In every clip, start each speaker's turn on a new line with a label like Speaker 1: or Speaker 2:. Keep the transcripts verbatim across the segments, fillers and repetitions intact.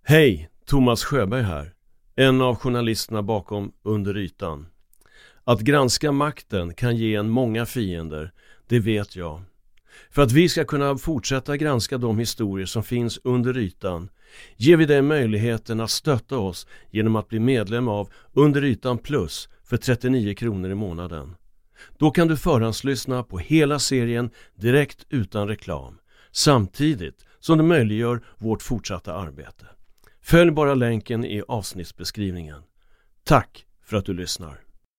Speaker 1: Hej, Thomas Sjöberg här. En av journalisterna bakom Under ytan. Att granska makten kan ge en många fiender, det vet jag. För att vi ska kunna fortsätta granska de historier som finns under ytan ger vi dig möjligheten att stötta oss genom att bli medlem av Under ytan plus för trettionio kronor i månaden. Då kan du förhandslyssna på hela serien direkt utan reklam, samtidigt som det möjliggör vårt fortsatta arbete. Följ bara länken i avsnittsbeskrivningen. Tack för att du lyssnar.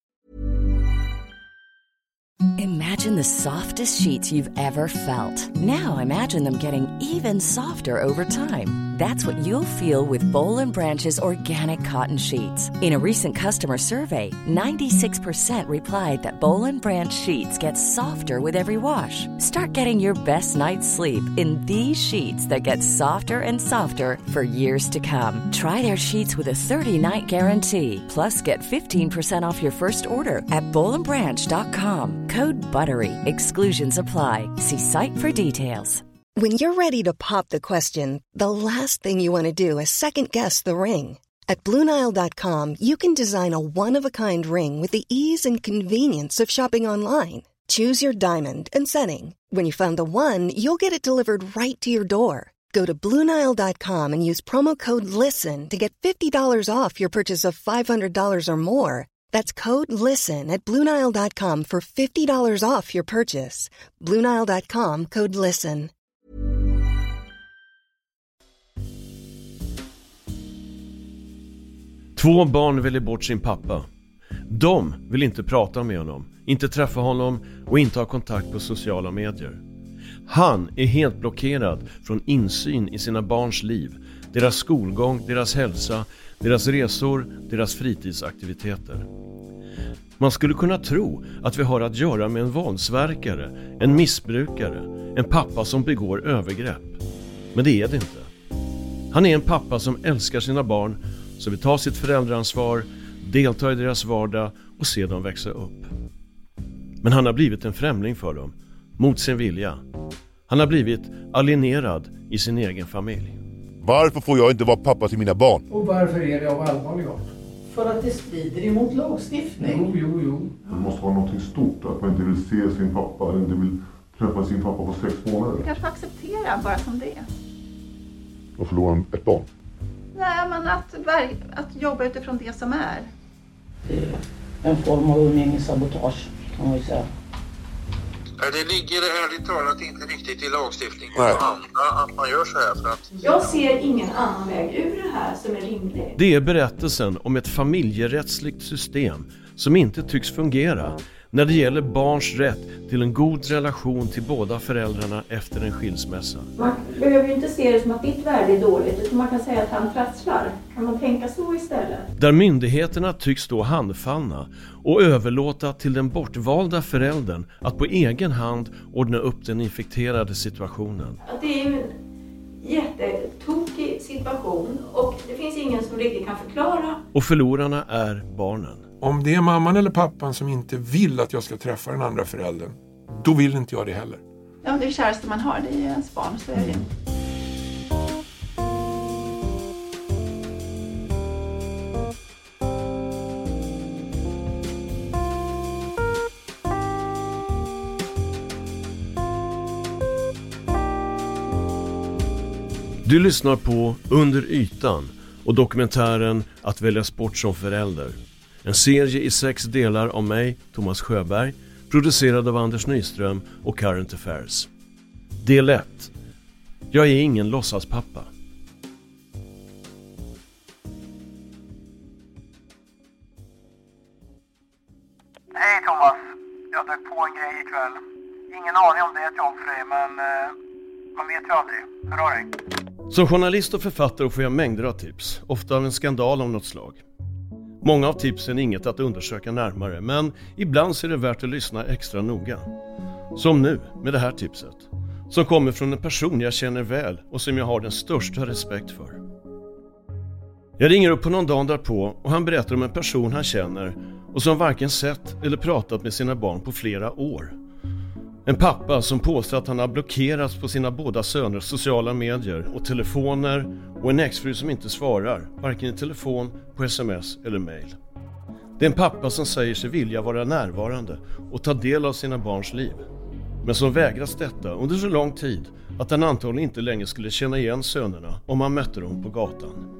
Speaker 2: Imagine the softest sheets you've ever felt. Now imagine them getting even softer over time. That's what you'll feel with Boll and Branch's organic cotton sheets. In a recent customer survey, ninety-six percent replied that Boll and Branch sheets get softer with every wash. Start getting your best night's sleep in these sheets that get softer and softer for years to come. Try their sheets with a thirty-night guarantee. Plus, get fifteen percent off your first order at boll and branch dot com. Code BUTTERY. Exclusions apply. See site for details.
Speaker 3: When you're ready to pop the question, the last thing you want to do is second-guess the ring. At Blue Nile dot com, you can design a one-of-a-kind ring with the ease and convenience of shopping online. Choose your diamond and setting. When you find the one, you'll get it delivered right to your door. Go to Blue Nile dot com and use promo code LISTEN to get fifty dollars off your purchase of five hundred dollars or more. That's code LISTEN at Blue Nile dot com for fifty dollars off your purchase. Blue Nile dot com, code LISTEN.
Speaker 1: Två barn väljer bort sin pappa. De vill inte prata med honom, inte träffa honom och inte ha kontakt på sociala medier. Han är helt blockerad från insyn i sina barns liv, deras skolgång, deras hälsa, deras resor, deras fritidsaktiviteter. Man skulle kunna tro att vi har att göra med en våldsverkare, en missbrukare, en pappa som begår övergrepp. Men det är det inte. Han är en pappa som älskar sina barn, som vill ta sitt föräldraansvar, delta i deras vardag och se dem växa upp. Men han har blivit en främling för dem, mot sin vilja. Han har blivit alienerad i sin egen familj.
Speaker 4: Varför får jag inte vara pappa till mina barn?
Speaker 5: Och varför är det av allvarlig art?
Speaker 6: För att det strider emot lagstiftning.
Speaker 5: Jo, jo, jo.
Speaker 7: Det måste vara något stort, att man inte vill se sin pappa eller inte vill träffa sin pappa på sex månader.
Speaker 8: Du kanske acceptera bara som det är.
Speaker 7: Och förlora ett barn.
Speaker 8: Nej, men att, att jobba utifrån det som är.
Speaker 6: Det är en form av umgängessabotage, kan man ju säga.
Speaker 9: Det ligger ärligt talat inte riktigt i lagstiftningen att man gör så här. För att...
Speaker 10: Jag ser ingen annan väg ur det här som är rimlig.
Speaker 1: Det är berättelsen om ett familjerättsligt system som inte tycks fungera när det gäller barns rätt till en god relation till båda föräldrarna efter en skilsmässa.
Speaker 10: Man behöver ju inte se det som att ditt värde är dåligt, utan man kan säga att han trasslar. Kan man tänka så istället? Där
Speaker 1: myndigheterna tycks stå handfallna och överlåta till den bortvalda föräldern att på egen hand ordna upp den infekterade situationen.
Speaker 10: Att det är ju en jättetokig situation och det finns ingen som riktigt kan förklara.
Speaker 1: Och förlorarna är barnen.
Speaker 5: Om det är mamman eller pappan som inte vill att jag ska träffa den andra föräldern, då vill inte jag det heller.
Speaker 8: Ja, det är käraste man har, det är ens barn, så är det.
Speaker 1: Du lyssnar på Under ytan och dokumentären Att väljas bort som förälder. En serie i sex delar av mig, Thomas Sjöberg, producerad av Anders Nyström och Current Affairs. Del ett. Jag är ingen låtsaspappa.
Speaker 11: Hej Thomas, jag dök på en grej ikväll. Ingen aning om det är ett jobb för dig, men eh, man vet ju aldrig. Hur har dig?
Speaker 1: Som journalist och författare får jag mängder av tips, ofta av en skandal av något slag. Många av tipsen är inget att undersöka närmare, men ibland så är det värt att lyssna extra noga. Som nu med det här tipset, som kommer från en person jag känner väl och som jag har den största respekt för. Jag ringer upp på någon dag därpå och han berättar om en person han känner och som varken sett eller pratat med sina barn på flera år. En pappa som påstår att han har blockerats på sina båda söners sociala medier och telefoner, och en exfru som inte svarar, varken i telefon, på sms eller mejl. Det är en pappa som säger sig vilja vara närvarande och ta del av sina barns liv, men som vägras detta under så lång tid att han antagligen inte längre skulle känna igen sönerna om han mötte dem på gatan.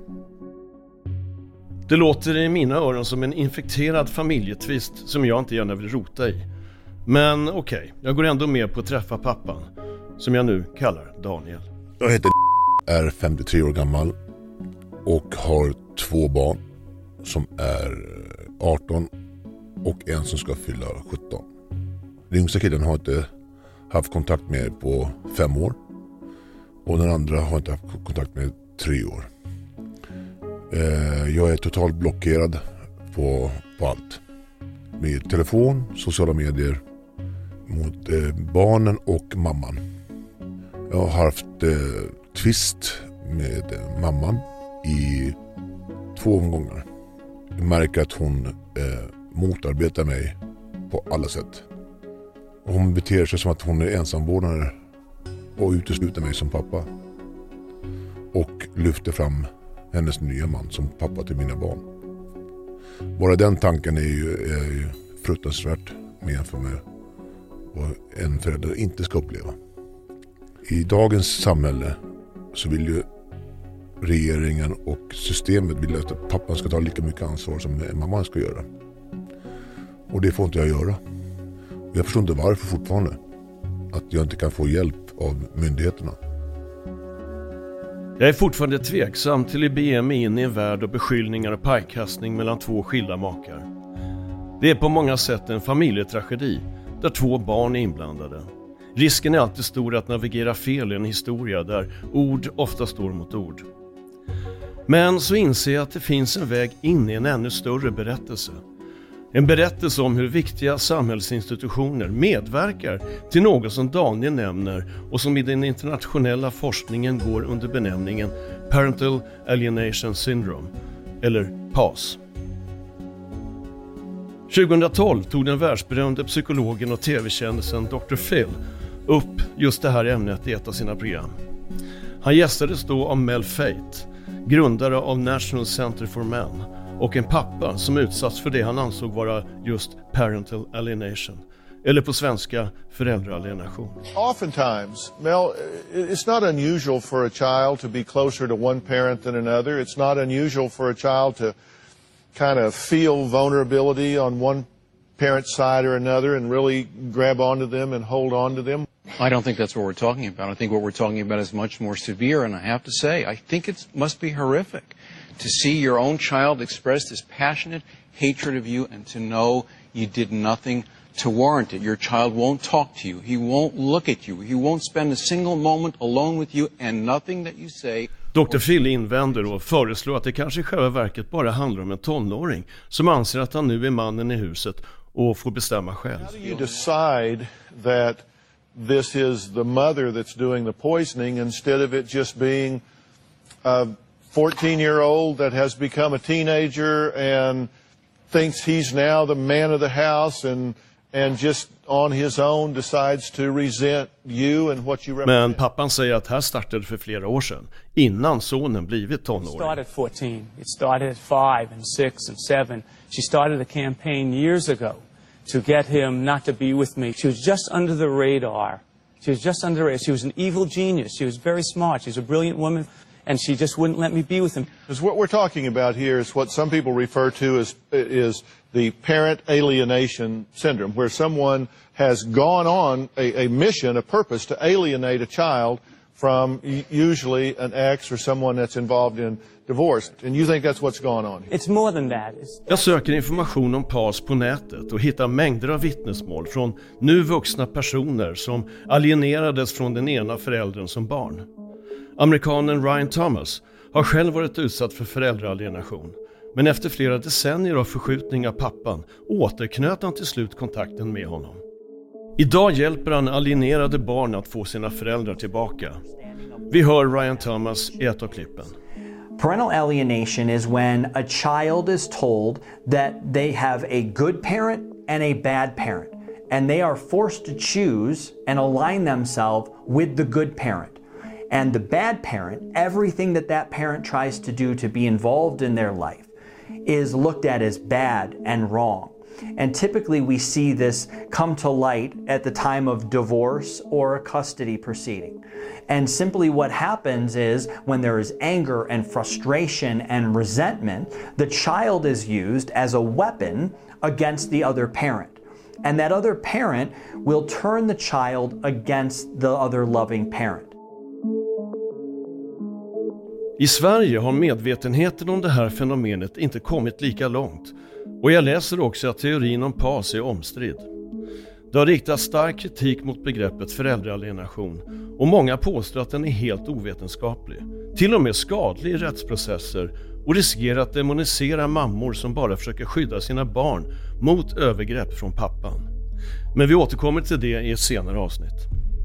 Speaker 1: Det låter i mina öron som en infekterad familjetvist som jag inte gärna vill rota i. Men okej, okay, jag går ändå med på att träffa pappan, som jag nu kallar Daniel.
Speaker 4: Jag heter är femtiotre år gammal och har två barn som är arton och en som ska fylla sjutton. Den yngsta killen har inte haft kontakt med på fem år och den andra har inte haft kontakt med tre år. Jag är totalt blockerad på, på allt. Med telefon, sociala medier, mot eh, barnen och mamman. Jag har haft eh, tvist med eh, mamman i två omgångar. Jag märker att hon eh, motarbetar mig på alla sätt. Och hon beter sig som att hon är ensamvårdare och utesluter mig som pappa. Och lyfter fram hennes nya man som pappa till mina barn. Bara den tanken är ju, är ju fruktansvärt med för mig och en förälder inte ska uppleva. I dagens samhälle så vill ju regeringen och systemet vill att pappan ska ta lika mycket ansvar som mamman ska göra. Och det får inte jag göra. Och jag förstår inte varför fortfarande att jag inte kan få hjälp av myndigheterna.
Speaker 1: Jag är fortfarande tveksam till att bege mig in i en värld av beskyllningar och pajkastning mellan två skilda makar. Det är på många sätt en familjetragedi där två barn är inblandade. Risken är alltid stor att navigera fel i en historia där ord ofta står mot ord. Men så inser jag att det finns en väg in i en ännu större berättelse. En berättelse om hur viktiga samhällsinstitutioner medverkar till något som Daniel nämner och som i den internationella forskningen går under benämningen Parental Alienation Syndrome, eller P A S. tjugohundratolv tog den världsberömde psykologen och tv-kändisen doktor Phil upp just det här ämnet i ett av sina program. Han gästades då av Mel Fate, grundare av National Center for Men, och en pappa som utsatts för det han ansåg vara just parental alienation, eller på svenska föräldraalienation.
Speaker 12: Oftentimes, Mel, it's not unusual for a child to be closer to one parent than another. It's not unusual for a child to kind of feel vulnerability on one parent's side or another and really grab onto them and hold on to them.
Speaker 13: I don't think that's what we're talking about. I think what we're talking about is much more severe, and I have to say, I think it must be horrific to see your own child express this passionate hatred of you and to know you did nothing to warrant it. Your child won't talk to you. He won't look at you. He won't spend a single moment alone with you, and nothing that you say...
Speaker 1: doktor Phil invänder och föreslår att det kanske i själva verket bara handlar om en tonåring som anser att han nu är mannen i huset och får bestämma själv.
Speaker 12: How do you decide that this is the mother that's doing the poisoning instead of it just being a fourteen-year-old that has become a teenager and thinks he's now the man of the house and and just on his own decides to resent you and what you represent?
Speaker 1: Men pappan säger att här startade för flera år sedan, innan sonen blivit tonåring.
Speaker 14: It started at fourteen. It started at five and six and seven. She started a campaign years ago to get him not to be with me. She was just under the radar. She was just under the radar. She was an evil genius. She was very smart. She was a brilliant woman. And she just wouldn't let me be with him.
Speaker 12: Because what we're talking about here is what some people refer to as is the parent alienation syndrome, where someone has gone on a, a mission, a purpose to alienate a child from usually an ex or someone that's involved in divorce. And you think that's what's gone on here?
Speaker 14: It's more than that. It's...
Speaker 1: Jag söker information om P A S på nätet och hittar mängder av vittnesmål från nu vuxna personer som alienerades från den ena föräldern som barn. Amerikanen Ryan Thomas har själv varit utsatt för föräldraalienation, men efter flera decennier av förskjutning av pappan återknöt han till slut kontakten med honom. Idag hjälper han alienerade barn att få sina föräldrar tillbaka. Vi hör Ryan Thomas i ett av klippen.
Speaker 15: Parental alienation is when a child is told that they have a good parent and a bad parent. and they are forced to choose and align themselves with the good parent. And the bad parent, everything that that parent tries to do to be involved in their life is looked at as bad and wrong. And typically we see this come to light at the time of divorce or a custody proceeding. And simply what happens is when there is anger and frustration and resentment, the child is used as a weapon against the other parent. And that other parent will turn the child against the other loving parent.
Speaker 1: I Sverige har medvetenheten om det här fenomenet inte kommit lika långt. Och jag läser också att teorin om P A S är omstridd. Det har riktats stark kritik mot begreppet föräldraalienation och många påstår att den är helt ovetenskaplig. Till och med skadlig i rättsprocesser och riskerar att demonisera mammor som bara försöker skydda sina barn mot övergrepp från pappan. Men vi återkommer till det i ett senare avsnitt.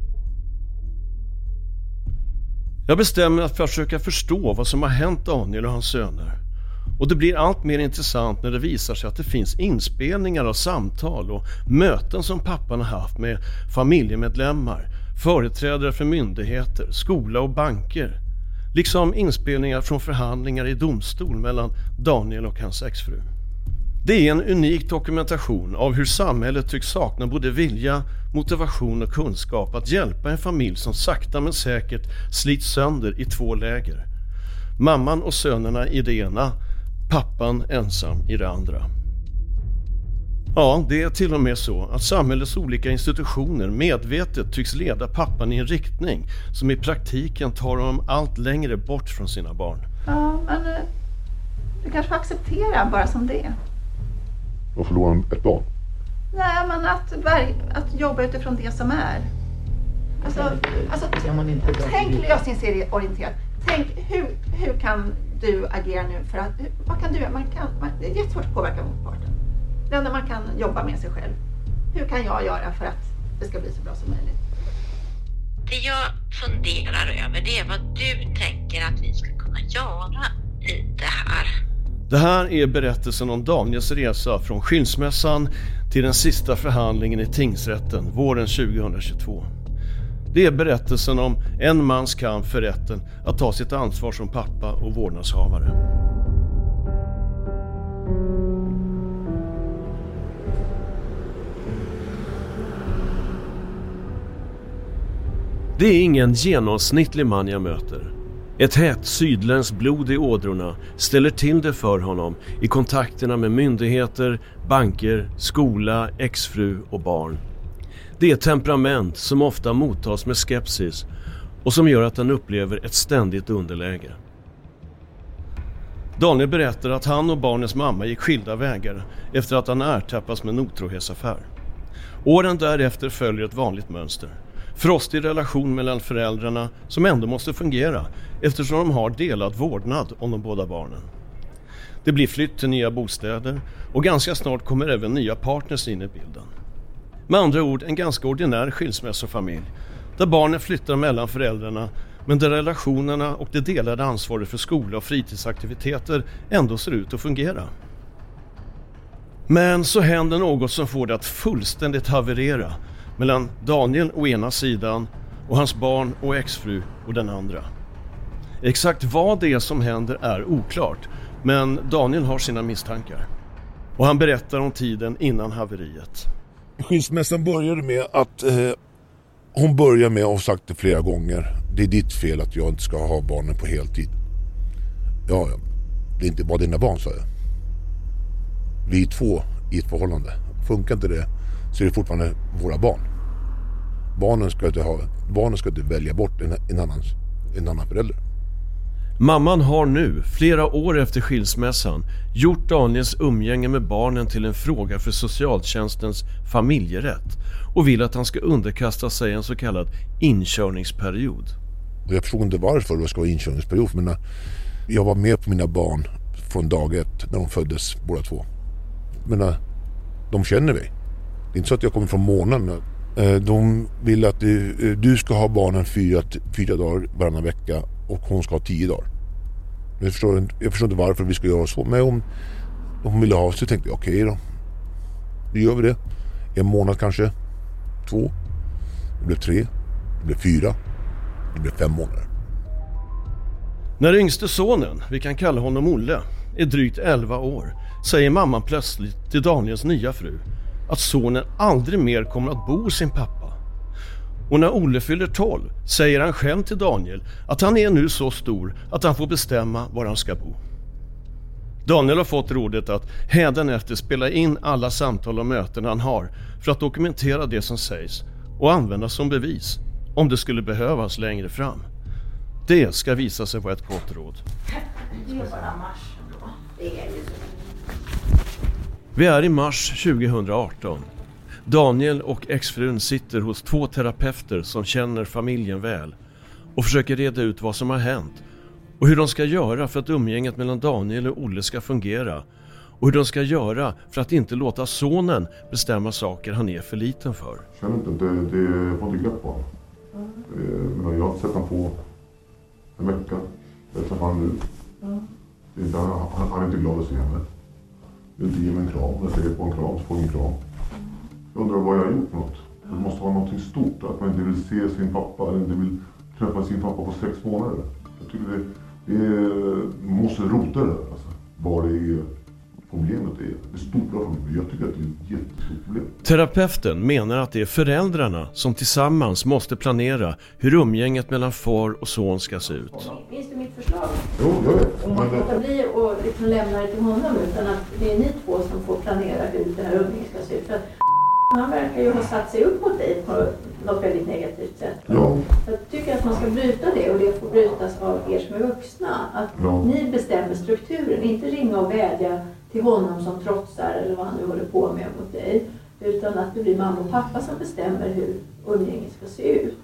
Speaker 1: Jag bestämmer mig för att försöka förstå vad som har hänt Daniel och hans söner. Och det blir allt mer intressant när det visar sig att det finns inspelningar av samtal och möten som pappan har haft med familjemedlemmar, företrädare för myndigheter, skola och banker. Liksom inspelningar från förhandlingar i domstol mellan Daniel och hans exfru. Det är en unik dokumentation av hur samhället tycks sakna både vilja, motivation och kunskap att hjälpa en familj som sakta men säkert slits sönder i två läger. Mamman och sönerna i det ena, pappan ensam i det andra. Ja, det är till och med så att samhällets olika institutioner medvetet tycks leda pappan i en riktning som i praktiken tar honom allt längre bort från sina barn.
Speaker 8: Ja, men du kanske får acceptera bara som det är.
Speaker 4: Och förlora ett barn?
Speaker 8: Nej, men att, att jobba utifrån det som är. Alltså, alltså tänk lösningsserieorienterat. Tänk, hur, hur kan du agera nu för att, vad kan du göra? Man kan, man, det är jättesvårt att påverka motparten. Det enda man kan jobba med sig själv. Hur kan jag göra för att det ska bli så bra som möjligt?
Speaker 16: Det jag funderar över, det är vad du tänker att vi ska kunna göra i det här.
Speaker 1: Det här är berättelsen om Daniels resa från skilsmässan till den sista förhandlingen i tingsrätten våren tjugohundratjugotvå. Det är berättelsen om en mans kamp för rätten att ta sitt ansvar som pappa och vårdnadshavare. Det är ingen genomsnittlig man jag möter. Ett hett sydländskt blod i ådrorna ställer till det för honom i kontakterna med myndigheter, banker, skola, exfru och barn. Det är temperament som ofta mottas med skepsis och som gör att han upplever ett ständigt underläge. Daniel berättar att han och barnens mamma gick skilda vägar efter att han ertappats med en otrohetsaffär. Åren därefter följer ett vanligt mönster. Frostig relation mellan föräldrarna som ändå måste fungera eftersom de har delad vårdnad om de båda barnen. Det blir flytt till nya bostäder och ganska snart kommer även nya partners in i bilden. Med andra ord en ganska ordinär skilsmässofamilj där barnen flyttar mellan föräldrarna men där relationerna och det delade ansvaret för skola och fritidsaktiviteter ändå ser ut att fungera. Men så händer något som får det att fullständigt haverera mellan Daniel å ena sidan och hans barn och exfru och den andra. Exakt vad det är som händer är oklart, men Daniel har sina misstankar. Och han berättar om tiden innan haveriet.
Speaker 4: Skilsmässan började med att eh, hon börjar med att ha sagt det flera gånger. Det är ditt fel att jag inte ska ha barnen på heltid. Ja, det är inte bara dina barn, sa jag. Vi är två i ett förhållande. Funkar inte det så är det fortfarande våra barn. Barnen ska inte, ha, barnen ska inte välja bort en, en, annan, en annan förälder.
Speaker 1: Mamman har nu, flera år efter skilsmässan, gjort Daniels umgänge med barnen till en fråga för socialtjänstens familjerätt och vill att han ska underkasta sig en så kallad inkörningsperiod.
Speaker 4: Jag förstod inte varför det ska vara inkörningsperiod, men jag var med på mina barn från dag ett när de föddes båda två. Men de känner mig. Det är inte så att jag kommer från månaden. De vill att du, du ska ha barnen fyra, fyra dagar varannan vecka och hon ska ha tio dagar. Jag förstår, jag förstår inte varför vi ska göra så. Men om, om hon ville ha så tänkte jag okej okay då. Nu gör vi det. En månad kanske. Två. Det blev tre. Det blev fyra. Det blev fem månader.
Speaker 1: När yngste sonen, vi kan kalla honom Olle, är drygt elva år säger mamman plötsligt till Daniels nya fru att sonen aldrig mer kommer att bo hos sin pappa. Och när Olle fyller tolv säger han själv till Daniel att han är nu så stor att han får bestämma var han ska bo. Daniel har fått rådet att hädanefter spela in alla samtal och möten han har för att dokumentera det som sägs och användas som bevis om det skulle behövas längre fram. Det ska visa sig vara ett gott råd.
Speaker 10: Det är bara mars då. Det är ju så.
Speaker 1: Vi är i mars tjugohundraarton. Daniel och exfrun sitter hos två terapeuter som känner familjen väl och försöker reda ut vad som har hänt och hur de ska göra för att umgänget mellan Daniel och Olle ska fungera och hur de ska göra för att inte låta sonen bestämma saker han är för liten för.
Speaker 7: Jag känner inte, det, det, jag får inte grepp på honom. Mm. Men jag har sett honom på en vecka. Jag träffar honom nu. Mm. Det är inte, han, han är inte glad att se henne. Jag vill inte ge mig en kram. Jag säger på en kram så får jag en kram. Jag undrar vad jag har gjort något. Det måste vara något stort. Att man inte vill se sin pappa eller inte vill träffa sin pappa på sex månader. Jag tycker det, det är, man måste rota det. Alltså, vad det är problemet är. Det är stora problem. Jag tycker att det är ett jättestort problem.
Speaker 1: Terapeuten menar att det är föräldrarna som tillsammans måste planera hur umgänget mellan far och son ska se ut.
Speaker 10: Finns det mitt förslag?
Speaker 7: Jo, jag vet.
Speaker 10: Om man låter bli och liksom lämna det till honom utan att det är ni två som får planera hur det här umgänget ska se ut. För att han verkar ju ha satt sig upp mot dig på något väldigt negativt sätt.
Speaker 7: Ja.
Speaker 10: Jag tycker att man ska bryta det och det får brytas av er som är vuxna. Att ja. Ni bestämmer strukturen, inte ringa och vädja till honom som trotsar eller vad han nu håller på med mot dig. Utan att det blir mamma och pappa som bestämmer hur umgänget ska se ut.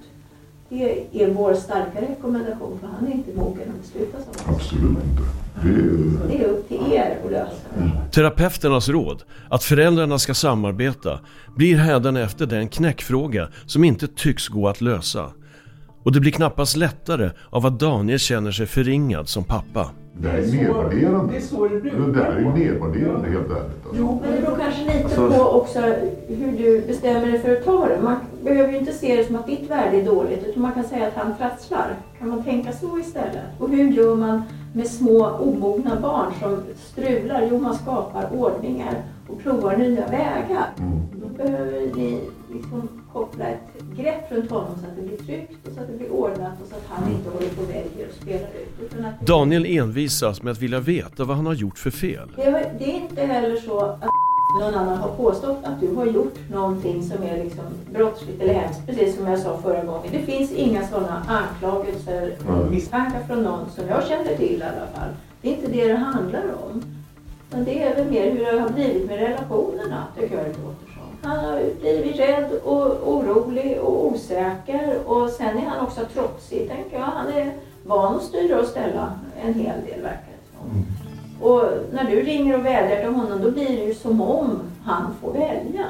Speaker 10: Det är vår starka rekommendation för han är inte mogen att besluta så.
Speaker 7: Absolut inte. Det är...
Speaker 10: det är upp till er att lösa det. Mm.
Speaker 1: Terapeuternas råd att föräldrarna ska samarbeta blir hädanefter den knäckfråga som inte tycks gå att lösa. Och det blir knappast lättare av att Daniel känner sig förringad som pappa.
Speaker 7: Det här är nedvärderande. Det är så det blir. Det här är nedvärderande helt ärligt. Alltså.
Speaker 10: Jo, men det beror kanske lite på också hur du bestämmer dig för att ta det. Man behöver ju inte se det som att ditt värde är dåligt utan man kan säga att han trasslar. Kan man tänka så istället? Och hur gör man med små omogna barn som strular? Jo, man skapar ordningar och provar nya vägar. Mm. Då behöver ni liksom koppla ett grepp runt honom så att det blir tryggt och så att det blir ordnat och så att han inte håller på och väljer och spelar ut. Utan att
Speaker 1: Daniel envisas med att vilja veta vad han har gjort för fel.
Speaker 10: Det är, det är inte heller så att någon annan har påstått att du har gjort någonting som är liksom brottsligt eller hemskt, precis som jag sa förra gången. Det finns inga sådana anklagelser och misstankar från någon som jag känner till i alla fall. Det är inte det det handlar om. Men det är väl mer hur det har blivit med relationerna, tycker jag det låter som. Han har blivit rädd och orolig och osäker och sen är han också trotsig, tänker jag. Han är van att styra och ställa en hel del, verkar det som. Mm. Och när du ringer och vädjar till honom, då blir det ju som om han får välja.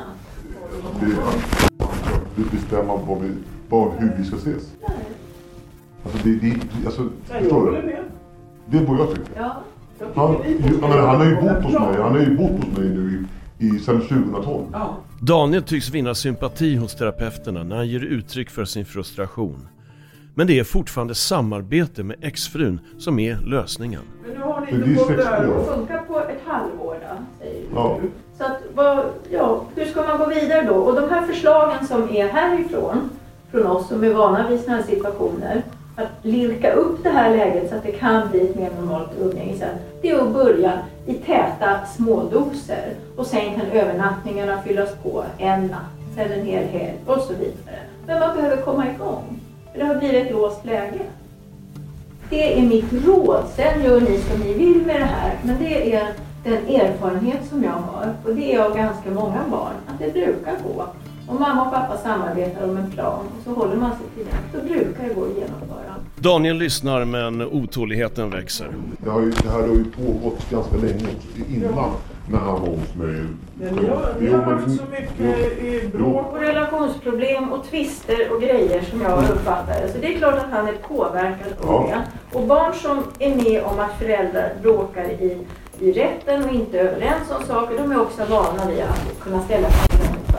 Speaker 7: Du bestämmer vad vi, vad, hur vi ska ses. Nej. Alltså det, det alltså, förstår du? Det är vad jag tycker.
Speaker 10: Ja.
Speaker 7: Han, han, han har ju bott hos mig, han har ju bott hos mig nu i, i sedan tjugohundratolv. Ja.
Speaker 1: Daniel tycks vinna sympati hos terapeuterna när han ger uttryck för sin frustration. Men det är fortfarande samarbete med exfrun som är lösningen.
Speaker 10: Men nu har ni inte fått det här att funka på ett halvår då, säger du. Ja. Så att, vad, ja, hur ska man gå vidare då? Och de här förslagen som är härifrån, från oss som är vana vid sådana här situationer, att lirka upp det här läget så att det kan bli ett mer normalt umgänge sen, det är att börja i täta smådoser. Och sen kan övernattningarna fyllas på en natt, sen en hel helg och så vidare. Men man behöver komma igång. Det har blivit ett låst läge. Det är mitt råd. Sen gör ni som ni vill med det här. Men det är den erfarenhet som jag har. Och det är av ganska många barn. Att det brukar gå. Om mamma och pappa samarbetar om en plan och så håller man sig till den. Då brukar det gå att genomföra.
Speaker 1: Daniel lyssnar men otåligheten växer.
Speaker 7: Det, har ju, det här har ju pågått ganska länge innan. Ja. När han var hos mig.
Speaker 10: Men vi har, vi har haft så mycket bråk och relationsproblem och twister och grejer som jag har uppfattat. Så det är klart att han är påverkad av det. Och barn som är med om att föräldrar bråkar i, i rätten och inte överens om saker, de är också vana vid att kunna ställa frågor mot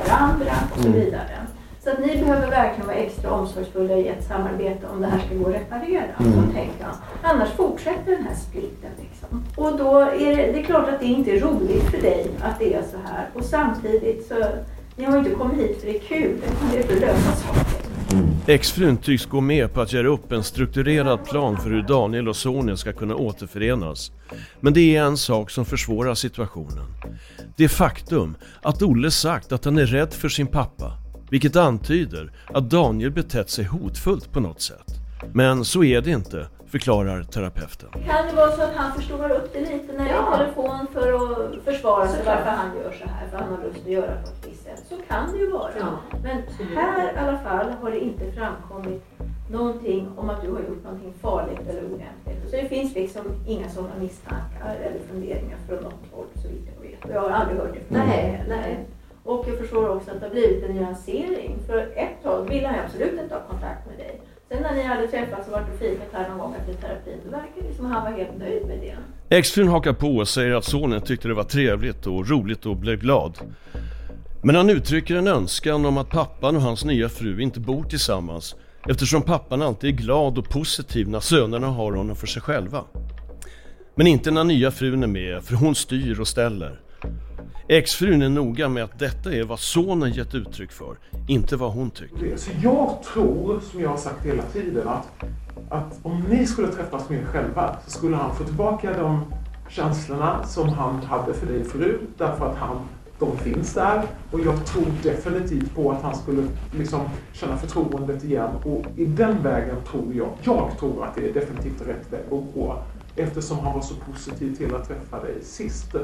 Speaker 10: varandra och så
Speaker 17: Mm.
Speaker 10: vidare. Så att ni behöver verkligen vara extra omsorgsfulla i ett samarbete om det här ska gå att reparera.
Speaker 17: Mm.
Speaker 10: Så tänker jag. Annars fortsätter den här splitten liksom. Och då är det, det är klart att det inte är roligt för dig att det är så här. Och samtidigt så, ni har ju inte kommit hit för det är kul, utan det är för att lösa saker.
Speaker 1: Exfrun tycks gå med på att göra upp en strukturerad plan för hur Daniel och sonen ska kunna återförenas. Men det är en sak som försvårar situationen. Det faktum att Olle sagt att han är rädd för sin pappa, vilket antyder att Daniel betett sig hotfullt på något sätt. Men så är det inte, förklarar terapeuten.
Speaker 10: Kan det vara så att han förstorar upp det lite när det är telefon för att försvara sig varför han gör så här, för han har lust att göra på ett visst sätt. Så kan det ju vara. Ja. Men här i alla fall har det inte framkommit någonting om att du har gjort någonting farligt eller olämpligt. Så det finns liksom inga sådana misstankar eller funderingar från något håll så vitt jag vet. Och jag har aldrig hört det från nej, nej. Och jag förstår också att det har blivit en nyansering. För ett tag ville han absolut inte ha kontakt med dig. Sen när ni hade träffats och varit och fikat här någon gång efter terapin, då verkar det som att han var helt nöjd med det.
Speaker 1: Exfrun hakar på och säger att sonen tyckte det var trevligt och roligt och blev glad. Men han uttrycker en önskan om att pappan och hans nya fru inte bor tillsammans, eftersom pappan alltid är glad och positiv när sönerna har honom för sig själva. Men inte när nya frun är med, för hon styr och ställer. Exfrun är noga med att detta är vad sonen gett uttryck för, inte vad hon tycker.
Speaker 18: Så jag tror, som jag har sagt hela tiden, att, att om ni skulle träffas med er själva så skulle han få tillbaka de känslorna som han hade för dig förut, därför att han, de finns där. Och jag tror definitivt på att han skulle liksom känna förtroendet igen. Och i den vägen tror jag, jag tror att det är definitivt rätt väg att gå, eftersom han var så positiv till att träffa dig sist.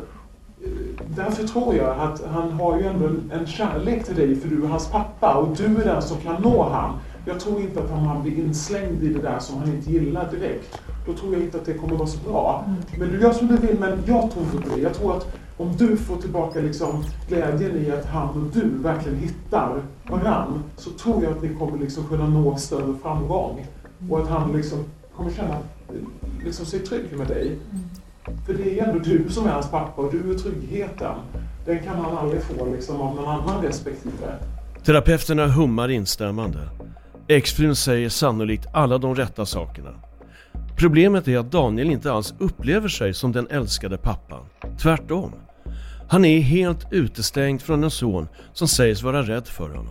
Speaker 18: Därför tror jag att han har ju ändå en kärlek till dig, för du är hans pappa och du är den som kan nå han. Jag tror inte att han blir inslängd i det där som han inte gillar direkt. Då tror jag inte att det kommer vara så bra. Men du gör som du vill, men jag tror på det. Jag tror att om du får tillbaka liksom glädjen i att han och du verkligen hittar varann, så tror jag att ni kommer liksom kunna nå större framgång. Och att han liksom kommer känna liksom sig trygg med dig. För det är ändå du som är hans pappa och du är tryggheten. Den kan han aldrig få liksom av någon annan respektive.
Speaker 1: Terapeuterna hummar instämmande. Exfrun säger sannolikt alla de rätta sakerna. Problemet är att Daniel inte alls upplever sig som den älskade pappan. Tvärtom. Han är helt utestängd från en son som sägs vara rädd för honom.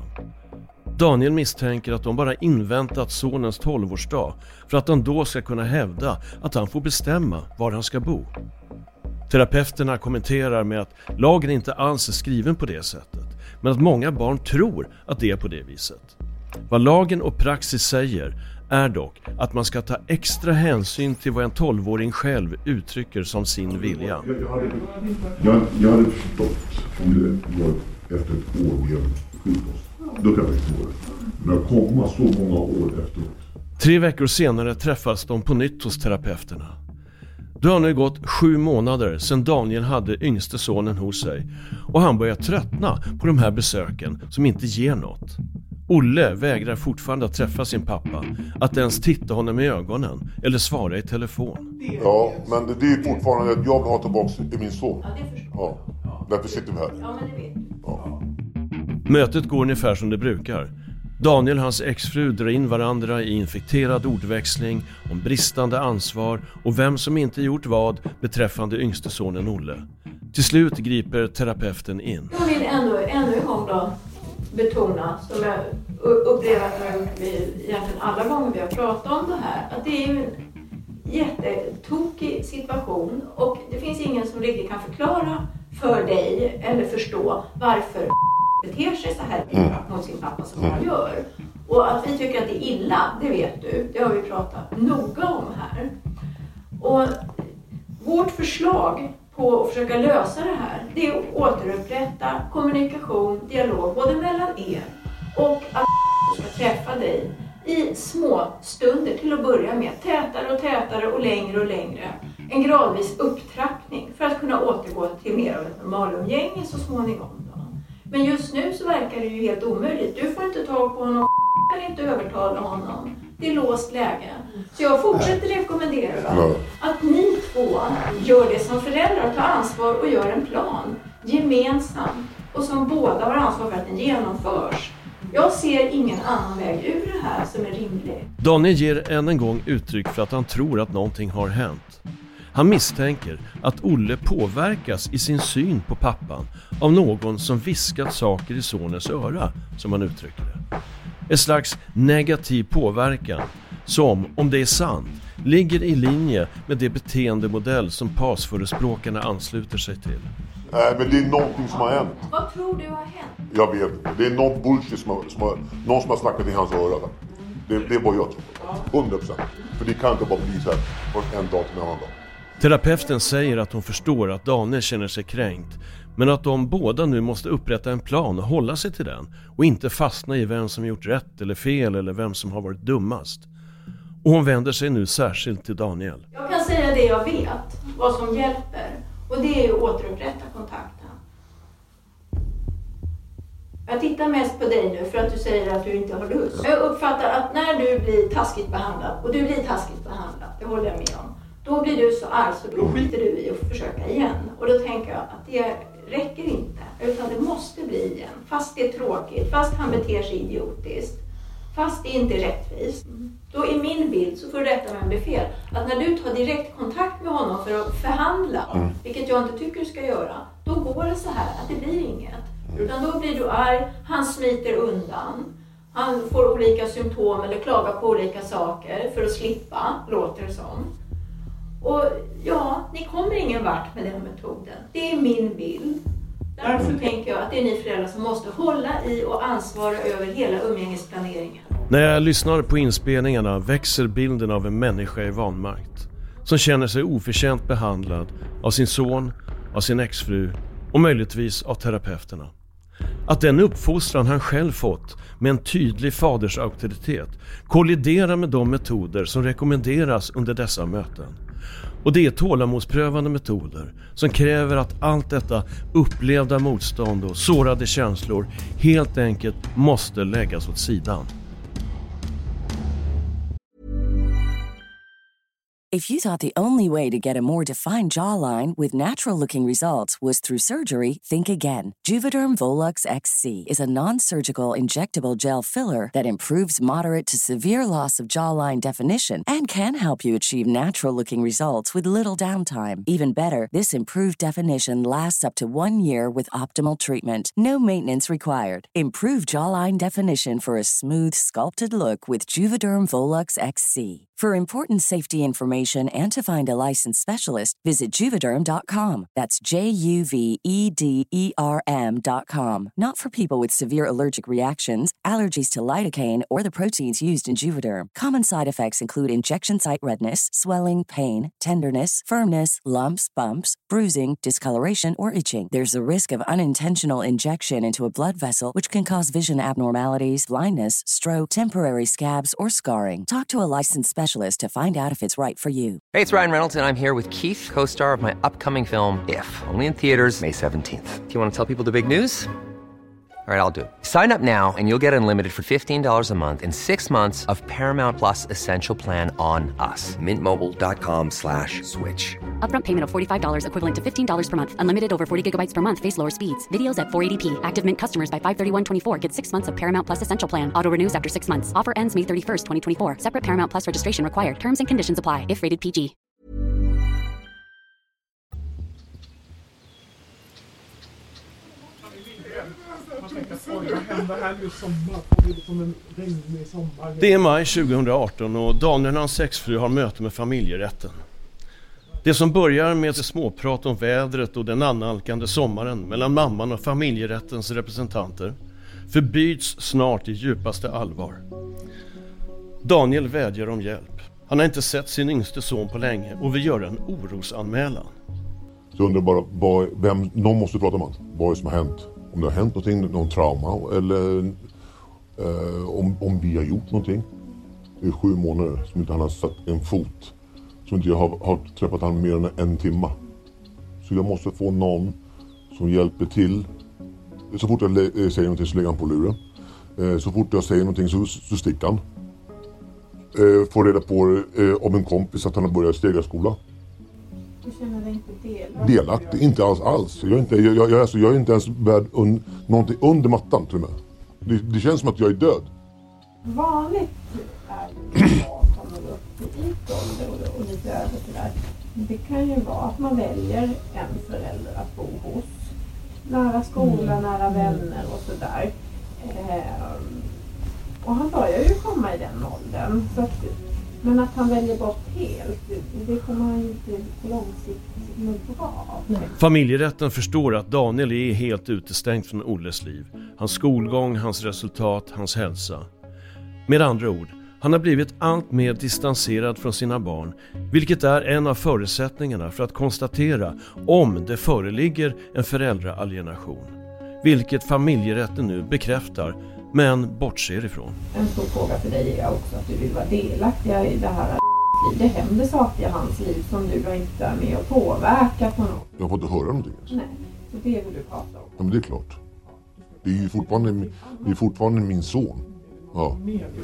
Speaker 1: Daniel misstänker att de bara inväntat sonens tolvårsdag för att han då ska kunna hävda att han får bestämma var han ska bo. Terapeuterna kommenterar med att lagen inte alls är skriven på det sättet, men att många barn tror att det är på det viset. Vad lagen och praxis säger är dock att man ska ta extra hänsyn till vad en tolvåring själv uttrycker som sin vilja.
Speaker 7: Jag, jag, hade, jag, jag hade förstått om det var efter ett år med sjukvård. Då kan jag förstå det. Men att komma så många år efteråt.
Speaker 1: Tre veckor senare träffas de på nytt hos terapeuterna. Det har nu gått sju månader sedan Daniel hade yngste sonen hos sig och han börjar tröttna på de här besöken som inte ger något. Olle vägrar fortfarande att träffa sin pappa, att ens titta honom i ögonen eller svara i telefon.
Speaker 7: Ja, men det är fortfarande att jag vill ha tillbaka min son. Ja, det förstår jag. Ja, därför sitter vi här.
Speaker 10: Ja, men det vet du.
Speaker 7: Ja.
Speaker 1: Mötet går ungefär som det brukar. Daniel och hans exfru drar in varandra i infekterad ordväxling om bristande ansvar och vem som inte gjort vad beträffande yngste sonen Olle. Till slut griper terapeuten in.
Speaker 10: Jag vill ändå ännu en gång då betona, som jag upplever att jag har gjort egentligen alla gånger vi har pratat om det här, att det är en jättetokig situation och det finns ingen som riktigt kan förklara för dig eller förstå varför beter sig så här illa mot sin pappa som han gör. Och att vi tycker att det är illa, det vet du. Det har vi pratat noga om här. Och vårt förslag på att försöka lösa det här, det är att återupprätta kommunikation, dialog både mellan er och att ska träffa dig i små stunder till att börja med. Tätare och tätare och längre och längre. En gradvis upptrappning för att kunna återgå till mer av ett normalumgänge så småningom. Men just nu så verkar det ju helt omöjligt. Du får inte tag på honom, kan inte övertala honom. Det är låst läge. Så jag fortsätter rekommendera då, att ni två gör det som föräldrar, tar ansvar och gör en plan gemensamt. och som båda har ansvar för att den genomförs. Jag ser ingen annan väg ur det här som är rimlig.
Speaker 1: Daniel ger än en gång uttryck för att han tror att någonting har hänt. Han misstänker att Olle påverkas i sin syn på pappan av någon som viskat saker i sonens öra, som han uttrycker det. En slags negativ påverkan som, om det är sant, ligger i linje med det beteendemodell som pasförespråkarna ansluter sig till.
Speaker 7: Nej, men det är någonting som har hänt.
Speaker 10: Vad tror du har hänt?
Speaker 7: Jag vet inte. Det är någon bullshit som har, som har, någon som har snackat i hans öra. Det, det är vad jag tror. hundra procent. För det kan inte bara bli så här från en dag till en annan dag.
Speaker 1: Terapeuten säger att hon förstår att Daniel känner sig kränkt, men att de båda nu måste upprätta en plan och hålla sig till den och inte fastna i vem som gjort rätt eller fel eller vem som har varit dummast. Och hon vänder sig nu särskilt till Daniel.
Speaker 10: Jag kan säga det jag vet, vad som hjälper, och det är att återupprätta kontakten. Jag tittar mest på dig nu för att du säger att du inte har lust. Jag uppfattar att när du blir taskigt behandlad, och du blir taskigt behandlad, det håller jag med om, då blir du så arg så då skiter du i att försöka igen. Och då tänker jag att det räcker inte, utan det måste bli igen. Fast det är tråkigt, fast han beter sig idiotiskt, fast det inte är rättvist. Då i min bild, så får du rätta mig om det är fel, att när du tar direkt kontakt med honom för att förhandla, mm. vilket jag inte tycker du ska göra, då går det så här att det blir inget. Mm. Utan då blir du arg, han smiter undan, han får olika symptom eller klagar på olika saker för att slippa, låter det som. Och ja, ni kommer ingen vart med den metoden. Det är min bild. Därför mm. tänker jag att det är ni föräldrar som måste hålla i och ansvara över hela umgängesplaneringen.
Speaker 1: När jag lyssnar på inspelningarna växer bilden av en människa i vanmakt som känner sig oförtjänt behandlad av sin son, av sin exfru och möjligtvis av terapeuterna. Att den uppfostran han själv fått med en tydlig fadersauktoritet kolliderar med de metoder som rekommenderas under dessa möten. Och det är tålamodsprövande metoder som kräver att allt detta upplevda motstånd och sårade känslor helt enkelt måste läggas åt sidan.
Speaker 2: If you thought the only way to get a more defined jawline with natural-looking results was through surgery, think again. Juvederm Volux X C is a non-surgical injectable gel filler that improves moderate to severe loss of jawline definition and can help you achieve natural-looking results with little downtime. Even better, this improved definition lasts up to one year with optimal treatment. No maintenance required. Improve jawline definition for a smooth, sculpted look with Juvederm Volux X C. For important safety information and to find a licensed specialist, visit Juvederm dot com. That's J U V E D E R M dot com. Not for people with severe allergic reactions, allergies to lidocaine, or the proteins used in Juvederm. Common side effects include injection site redness, swelling, pain, tenderness, firmness, lumps, bumps, bruising, discoloration, or itching. There's a risk of unintentional injection into a blood vessel, which can cause vision abnormalities, blindness, stroke, temporary scabs, or scarring. Talk to a licensed specialist to find out if it's right for you.
Speaker 17: Hey, it's Ryan Reynolds, and I'm here with Keith, co-star of my upcoming film, If, only in theaters May seventeenth. Do you want to tell people the big news? All right, I'll do it. Sign up now and you'll get unlimited for fifteen dollars a month and six months of Paramount Plus Essential Plan on us. Mint Mobile dot com slash switch.
Speaker 19: Upfront payment of forty-five dollars equivalent to fifteen dollars per month. Unlimited over forty gigabytes per month. Face lower speeds. Videos at four eighty p. Active Mint customers by five thirty-one twenty-four get six months of Paramount Plus Essential Plan. Auto renews after six months. Offer ends May thirty-first, twenty twenty-four. Separate Paramount Plus registration required. Terms and conditions apply if rated P G.
Speaker 1: Det är maj tjugohundraarton och Daniel och hans sexfru har möte med familjerätten. Det som börjar med ett småprat om vädret och den annalkande sommaren mellan mamman och familjerättens representanter förbyts snart i djupaste allvar. Daniel vädjar om hjälp. Han har inte sett sin yngste son på länge och vill göra en orosanmälan.
Speaker 7: Så jag undrar bara, vad, vem, någon måste prata med honom. Vad är som har hänt? Om det har hänt någonting, någon trauma eller eh, om, om vi har gjort någonting. Det är sju månader som inte han har satt en fot. Som inte jag har, har träffat han mer än en timme. Så jag måste få någon som hjälper till. Så fort jag lä- säger någonting så lägger han på luren. Eh, så fort jag säger någonting så, så sticker han. Eh, får reda på eh, om en kompis att han har börjat stegarskola.
Speaker 10: Du känner dig inte delaktig?
Speaker 4: Delaktig? Inte alls alls. Jag är inte, jag, jag, alltså, jag är inte ens värd un, någonting under mattan till och med. Det, det känns som att jag är död.
Speaker 10: Vanligt är ju att barn kommer upp i ålder och, och lite över sådär. Det kan ju vara att man väljer en förälder att bo hos. Nära skola, mm. nära vänner och sådär. Ehm, och han börjar ju komma i den åldern. Så att, men att han väljer bort helt, det, det kommer han ju inte på lång sikt må bra av.
Speaker 1: Familjerätten förstår att Daniel är helt utestängd från Olles liv. Hans skolgång, hans resultat, hans hälsa. Med andra ord, han har blivit allt mer distanserad från sina barn, vilket är en av förutsättningarna för att konstatera om det föreligger en föräldraalienation. Vilket familjerätten nu bekräftar, men bortser ifrån.
Speaker 10: En stor fråga för dig är också att du vill vara delaktig i det här livet. Det händer saker i hans liv som du inte är med och påverka på något.
Speaker 4: Jag får inte höra någonting ens.
Speaker 10: Nej, så det vill du prata om.
Speaker 4: Ja, men det är klart. Det är ju fortfarande, det är fortfarande min son. Ja.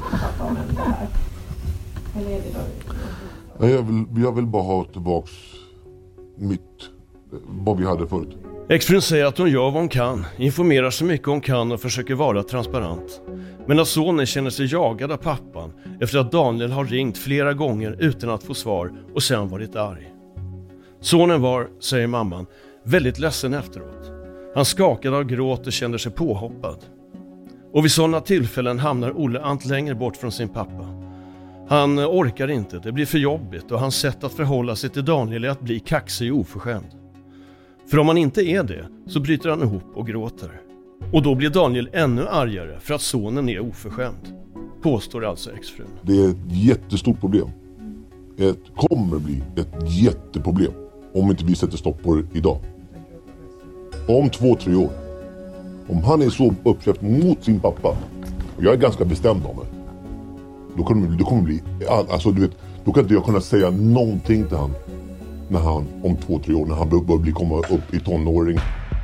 Speaker 4: Jag vill, jag vill bara ha tillbaks mitt, vad vi hade förut.
Speaker 1: Exfrun säger att hon gör vad hon kan, informerar så mycket hon kan och försöker vara transparent. Men att sonen känner sig jagad av pappan efter att Daniel har ringt flera gånger utan att få svar och sen varit arg. Sonen var, säger mamman, väldigt ledsen efteråt. Han skakade av gråt och kände sig påhoppad. Och vid sådana tillfällen hamnar Olle allt längre bort från sin pappa. Han orkar inte, det blir för jobbigt och hans sätt att förhålla sig till Daniel är att bli kaxig och oförskämd. För om han inte är det så bryter han ihop och gråter. Och då blir Daniel ännu argare för att sonen är oförskämd. Påstår alltså exfrun.
Speaker 4: Det är ett jättestort problem. Det kommer bli ett jätteproblem om inte vi sätter stopp på det idag. Om två, tre år. Om han är så uppkäft mot sin pappa, och jag är ganska bestämd om det, då kommer det, då kommer det bli, alltså du vet, då kan inte jag kunna säga någonting till han när han, om två, tre år, när han börjar bli, komma upp i tonåring.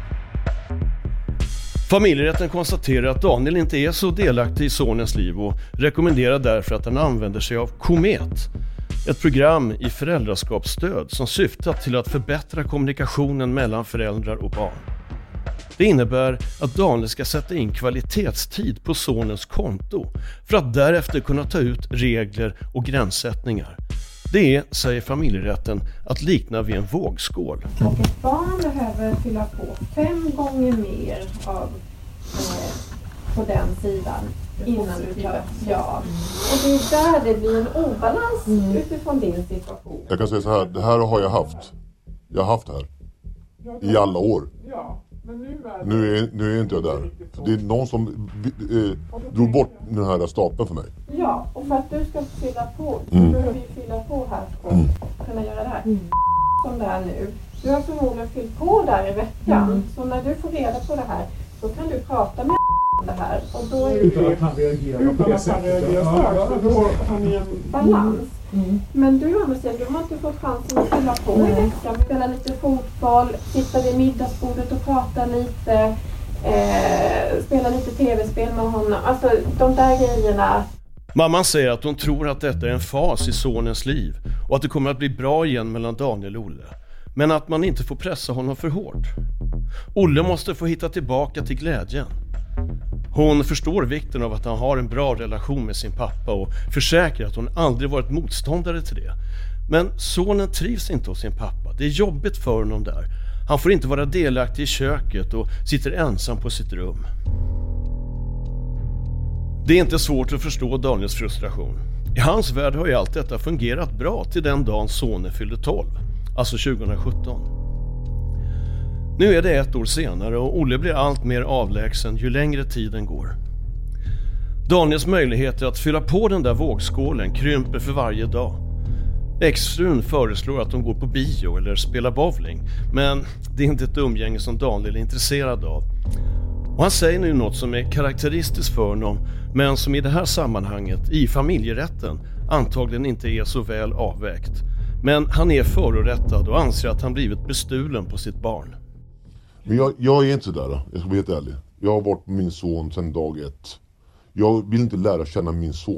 Speaker 1: Familjerätten konstaterar att Daniel inte är så delaktig i sonens liv och rekommenderar därför att han använder sig av Komet, ett program i föräldraskapsstöd som syftar till att förbättra kommunikationen mellan föräldrar och barn. Det innebär att Daniel ska sätta in kvalitetstid på sonens konto för att därefter kunna ta ut regler och gränssättningar. Det är, säger familjerätten, att likna vid en vågskål.
Speaker 10: Och ett barn behöver fylla på fem gånger mer av, eh, på den sidan innan du tar ja. Och det är där det blir en obalans mm. utifrån din situation.
Speaker 4: Jag kan säga så här, det här har jag haft. Jag har haft det här i alla år.
Speaker 18: Ja.
Speaker 4: Nu är, nu är inte jag där. Det är någon som eh, drog bort den här stapeln för mig.
Speaker 10: Ja, och för att du ska fylla på,
Speaker 4: mm.
Speaker 10: du behöver ju fylla på här för att mm. kunna göra det här. Mm. Som det är nu. Du har förmodligen fyllt på där i veckan. Mm. Så när du får reda på det här, så kan du prata med om det här. Och då är
Speaker 18: utan att han reagerar på det sättet. Då har han en
Speaker 10: balans. Mm. Men du, Anders, du har inte fått chansen att fylla på mm. i veckan. Spela lite fotboll, sitta vid middagsbordet och prata lite, eh, spela lite tv-spel med honom. Alltså de där grejerna.
Speaker 1: Mamman säger att hon tror att detta är en fas i sonens liv och att det kommer att bli bra igen mellan Daniel och Olle. Men att man inte får pressa honom för hårt. Olle måste få hitta tillbaka till glädjen. Hon förstår vikten av att han har en bra relation med sin pappa och försäkrar att hon aldrig varit motståndare till det. Men sonen trivs inte hos sin pappa. Det är jobbigt för honom där. Han får inte vara delaktig i köket och sitter ensam på sitt rum. Det är inte svårt att förstå Daniels frustration. I hans värld har ju allt detta fungerat bra till den dagen sonen fyllde tolv, alltså tjugohundrasjutton. Nu är det ett år senare och Olle blir allt mer avlägsen ju längre tiden går. Daniels möjligheter att fylla på den där vågskålen krymper för varje dag. Exfrun föreslår att de går på bio eller spelar bowling, men det är inte ett umgänge som Daniel är intresserad av. Och han säger nu något som är karaktäristiskt för honom, men som i det här sammanhanget, i familjerätten, antagligen inte är så väl avvägt. Men han är förorättad och anser att han blivit bestulen på sitt barn.
Speaker 4: Men jag, jag är inte där, jag ska vara helt ärlig. Jag har varit med min son sedan dag ett. Jag vill inte lära känna min son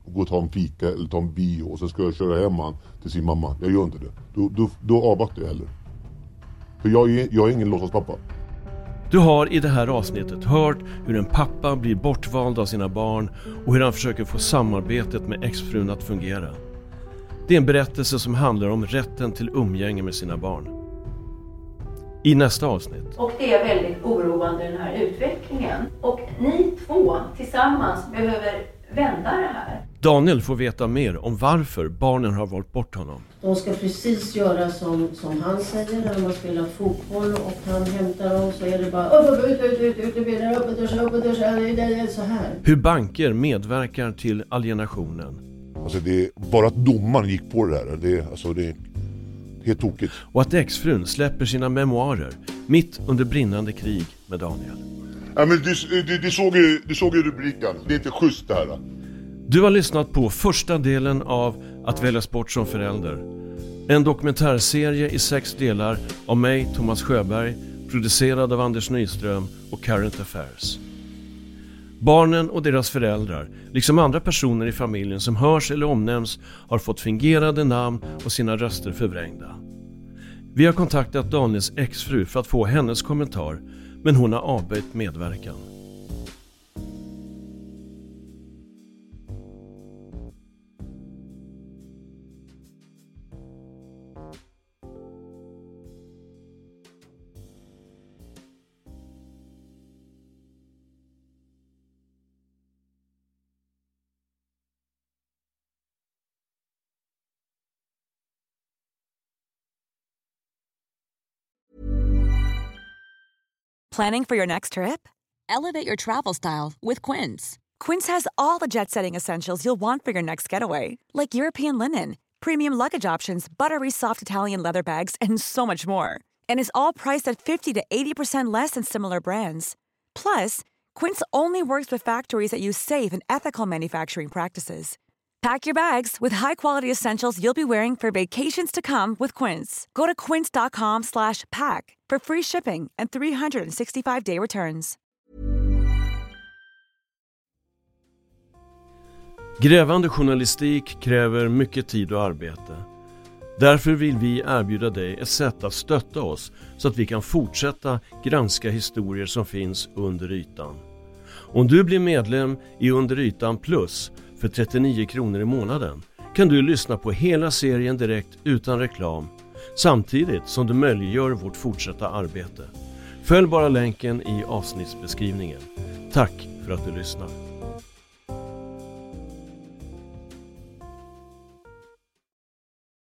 Speaker 7: gå och ta en fika eller ta en bio och så ska jag köra hem han till sin mamma. Jag gör inte det. Då, då, då avvaktar jag heller. För jag är, jag är ingen låtsaspappa.
Speaker 1: Du har i det här avsnittet hört hur en pappa blir bortvald av sina barn och hur han försöker få samarbetet med exfrun att fungera. Det är en berättelse som handlar om rätten till umgänge med sina barn. I nästa avsnitt.
Speaker 10: Och det är väldigt oroande, den här utvecklingen. Och ni två tillsammans behöver vända det här.
Speaker 1: Daniel får veta mer om varför barnen har valt bort honom.
Speaker 20: De ska precis göra som, som han säger när man spelar fotboll och han hämtar dem, så är det bara upp, upp, ut, ut, ut, ut, ut, upp, upp, duscha, upp, upp, duscha, det är så här.
Speaker 1: Hur banker medverkar till alienationen.
Speaker 4: Alltså det är bara att domaren gick på det här. Det är, alltså det är helt tokigt.
Speaker 1: Och att exfrun släpper sina memoarer mitt under brinnande krig med Daniel.
Speaker 7: Ja, men du, du, du, såg ju, du såg ju rubriken. Det är inte schysst det här.
Speaker 1: Du har lyssnat på första delen av Att väljas bort som förälder. En dokumentärserie i sex delar av mig, Thomas Sjöberg, producerad av Anders Nyström och Current Affairs. Barnen och deras föräldrar, liksom andra personer i familjen som hörs eller omnämns, har fått fingerade namn och sina röster förvrängda. Vi har kontaktat Daniels exfru för att få hennes kommentar, men hon har avböjt medverkan.
Speaker 21: Planning for your next trip? Elevate your travel style with Quince. Quince has all the jet-setting essentials you'll want for your next getaway, like European linen, premium luggage options, buttery soft Italian leather bags, and so much more. And is all priced at fifty to eighty percent less than similar brands. Plus, Quince only works with factories that use safe and ethical manufacturing practices. Pack your bags with high-quality essentials you'll be wearing for vacations to come with Quince. Go to quince.com slash pack for free shipping and three hundred sixty-five day returns.
Speaker 1: Grävande journalistik kräver mycket tid och arbete. Därför vill vi erbjuda dig ett sätt att stötta oss så att vi kan fortsätta granska historier som finns under ytan. Om du blir medlem i Under ytan plus för trettionio kronor i månaden kan du lyssna på hela serien direkt utan reklam, samtidigt som du möjliggör vårt fortsatta arbete. Följ bara länken i avsnittsbeskrivningen. Tack för att du lyssnar.